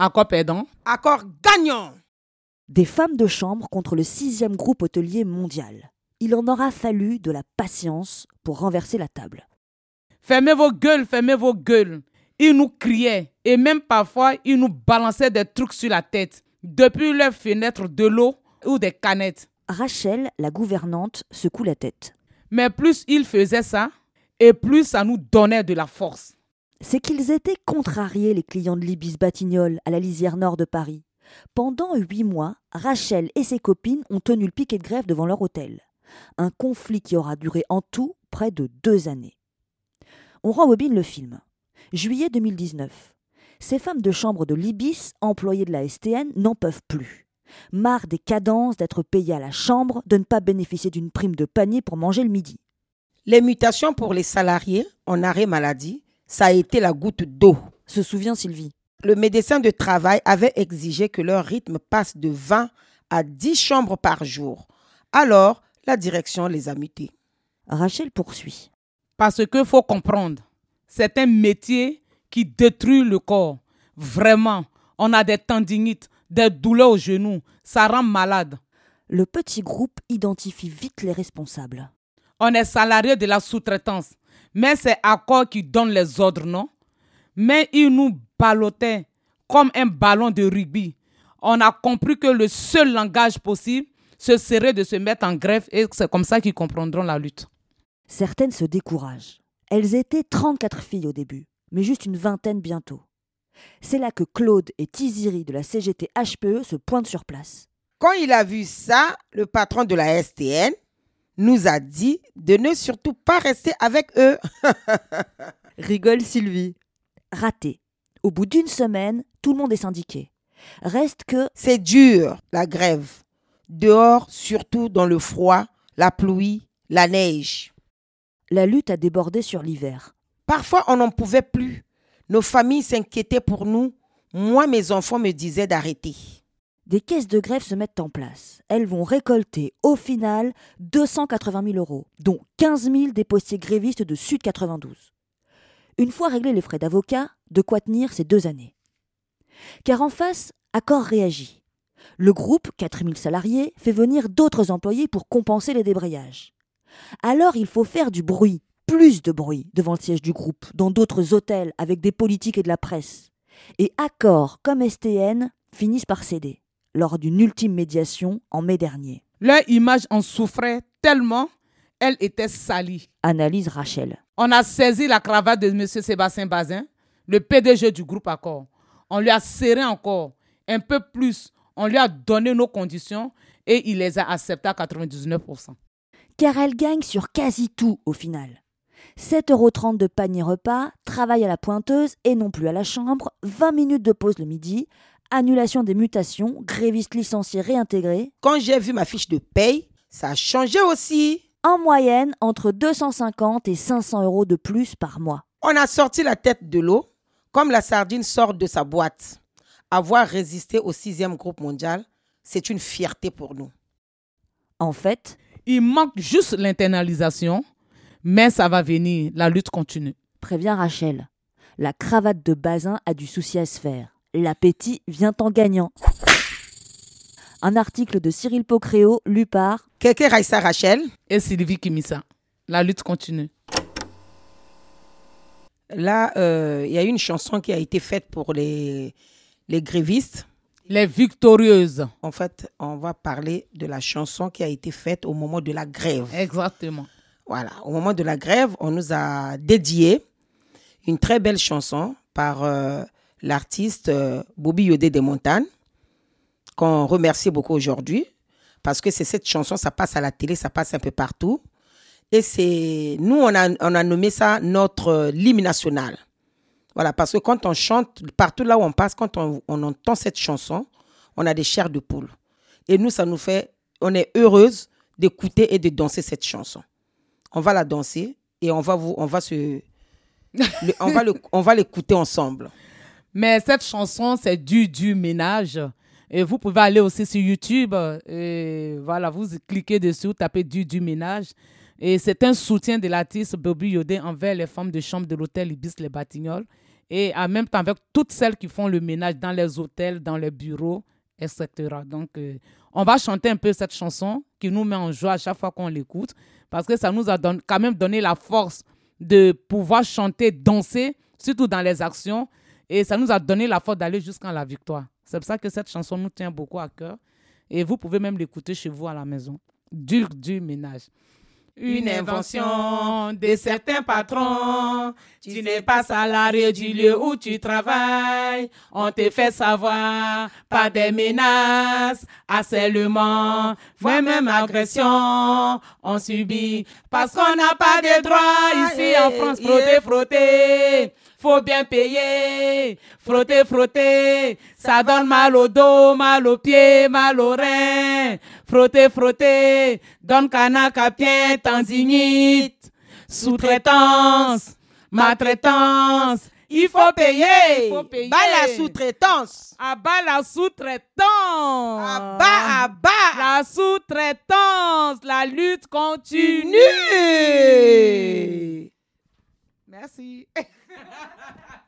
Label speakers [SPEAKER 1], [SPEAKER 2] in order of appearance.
[SPEAKER 1] Accord perdant.
[SPEAKER 2] Accord gagnant.
[SPEAKER 3] Des femmes de chambre contre le 6e groupe hôtelier mondial. Il en aura fallu de la patience pour renverser la table.
[SPEAKER 1] Fermez vos gueules, fermez vos gueules. Ils nous criaient et même parfois, ils nous balançaient des trucs sur la tête, depuis leurs fenêtres de l'eau ou des canettes.
[SPEAKER 3] Rachel, la gouvernante, secoue la tête.
[SPEAKER 1] Mais plus ils faisaient ça, et plus ça nous donnait de la force.
[SPEAKER 3] C'est qu'ils étaient contrariés, les clients de l'Ibis Batignolles, à la lisière nord de Paris. Pendant 8 mois, Rachel et ses copines ont tenu le piquet de grève devant leur hôtel. Un conflit qui aura duré en tout près de 2 années. On rembobine le film. Juillet 2019. Ces femmes de chambre de l'Ibis, employées de la STN, n'en peuvent plus. Marre des cadences, d'être payées à la chambre, de ne pas bénéficier d'une prime de panier pour manger le midi.
[SPEAKER 2] Les mutations pour les salariés en arrêt maladie, ça a été la goutte d'eau.
[SPEAKER 3] Se souvient Sylvie.
[SPEAKER 2] Le médecin de travail avait exigé que leur rythme passe de 20 à 10 chambres par jour. Alors, la direction les a mutés.
[SPEAKER 3] Rachel poursuit.
[SPEAKER 1] Parce qu'il faut comprendre, c'est un métier qui détruit le corps. Vraiment, on a des tendinites, des douleurs aux genoux, ça rend malade.
[SPEAKER 3] Le petit groupe identifie vite les responsables.
[SPEAKER 1] On est salarié de la sous-traitance, mais c'est Accor qui donne les ordres, non? Mais ils nous ballottaient comme un ballon de rugby. On a compris que le seul langage possible, ce serait de se mettre en grève et c'est comme ça qu'ils comprendront la lutte.
[SPEAKER 3] Certaines se découragent. Elles étaient 34 filles au début, mais juste une vingtaine bientôt. C'est là que Claude et Tiziri de la CGT HPE se pointent sur place.
[SPEAKER 2] Quand il a vu ça, le patron de la STN nous a dit de ne surtout pas rester avec eux.
[SPEAKER 3] Rigole Sylvie. Raté. Au bout d'une semaine, tout le monde est syndiqué. Reste que...
[SPEAKER 2] C'est dur, la grève. Dehors, surtout dans le froid, la pluie, la neige.
[SPEAKER 3] La lutte a débordé sur l'hiver.
[SPEAKER 2] Parfois, on n'en pouvait plus. Nos familles s'inquiétaient pour nous. Moi, mes enfants me disaient d'arrêter.
[SPEAKER 3] Des caisses de grève se mettent en place. Elles vont récolter, au final, 280 000 €, dont 15 000 des postiers grévistes de Sud 92. Une fois réglés les frais d'avocat, de quoi tenir ces 2 années. Car en face, Accor réagit. Le groupe, 4 000 salariés, fait venir d'autres employés pour compenser les débrayages. Alors il faut faire du bruit, plus de bruit, devant le siège du groupe, dans d'autres hôtels, avec des politiques et de la presse. Et Accor, comme STN, finissent par céder, lors d'une ultime médiation en mai dernier.
[SPEAKER 1] Leur image en souffrait tellement, elle était salie.
[SPEAKER 3] Analyse Rachel.
[SPEAKER 1] On a saisi la cravate de M. Sébastien Bazin, le PDG du groupe Accor. On lui a serré encore, un peu plus. On lui a donné nos conditions et il les a acceptées à 99%.
[SPEAKER 3] Car elle gagne sur quasi tout au final. 7,30 € de panier repas, travail à la pointeuse et non plus à la chambre, 20 minutes de pause le midi, annulation des mutations, grévistes licenciés réintégrés.
[SPEAKER 2] Quand j'ai vu ma fiche de paye, ça a changé aussi.
[SPEAKER 3] En moyenne, entre 250 et 500 € de plus par mois.
[SPEAKER 2] On a sorti la tête de l'eau, comme la sardine sort de sa boîte. Avoir résisté au 6e groupe mondial, c'est une fierté pour nous.
[SPEAKER 3] En fait,
[SPEAKER 1] il manque juste l'internalisation, mais ça va venir, la lutte continue.
[SPEAKER 3] Prévient Rachel. La cravate de Bazin a du souci à se faire. L'appétit vient en gagnant. Un article de Cyril Pocréo, lu par
[SPEAKER 2] Keke Raissa Rachel
[SPEAKER 1] et Sylvie Kimissa. La lutte continue.
[SPEAKER 2] Là, il y a une chanson qui a été faite pour les grévistes.
[SPEAKER 1] Les victorieuses.
[SPEAKER 2] En fait, on va parler de la chanson qui a été faite au moment de la grève.
[SPEAKER 1] Exactement.
[SPEAKER 2] Voilà, au moment de la grève, on nous a dédié une très belle chanson par l'artiste Bobby Yodé des Montagnes, qu'on remercie beaucoup aujourd'hui, parce que c'est cette chanson, ça passe à la télé, ça passe un peu partout. Et c'est nous, on a nommé ça notre l'hymne national. Voilà, parce que quand on chante, partout là où on passe, quand on entend cette chanson, on a des chairs de poule. Et nous, ça nous fait, on est heureuse d'écouter et de danser cette chanson. On va la danser et on va l'écouter ensemble.
[SPEAKER 1] Mais cette chanson, c'est du ménage. Et vous pouvez aller aussi sur YouTube. Et voilà, vous cliquez dessus, tapez du ménage. Et c'est un soutien de l'artiste Bobby Yodé envers les femmes de chambre de l'hôtel Ibis Les Batignolles. et en même temps avec toutes celles qui font le ménage dans les hôtels, dans les bureaux, etc. Donc, on va chanter un peu cette chanson qui nous met en joie à chaque fois qu'on l'écoute parce que ça nous a quand même donné la force de pouvoir chanter, danser, surtout dans les actions. Et ça nous a donné la force d'aller jusqu'à la victoire. C'est pour ça que cette chanson nous tient beaucoup à cœur. Et vous pouvez même l'écouter chez vous à la maison. Du ménage. Une invention de certains patrons. Tu n'es pas salarié du lieu où tu travailles. On te fait savoir par des menaces, harcèlement, voire même agression. On subit parce qu'on n'a pas de droits ici en France. Frotter, frotter. Faut bien payer, frotter, frotter, ça donne mal au dos, mal aux pieds, mal aux reins. Frotter, frotter, donne canac à pied, tendinite, sous-traitance, maltraitance. Il faut payer,
[SPEAKER 2] Bas la sous-traitance.
[SPEAKER 1] À bas la sous-traitance.
[SPEAKER 2] À bas.
[SPEAKER 1] La sous-traitance, la lutte continue. Merci.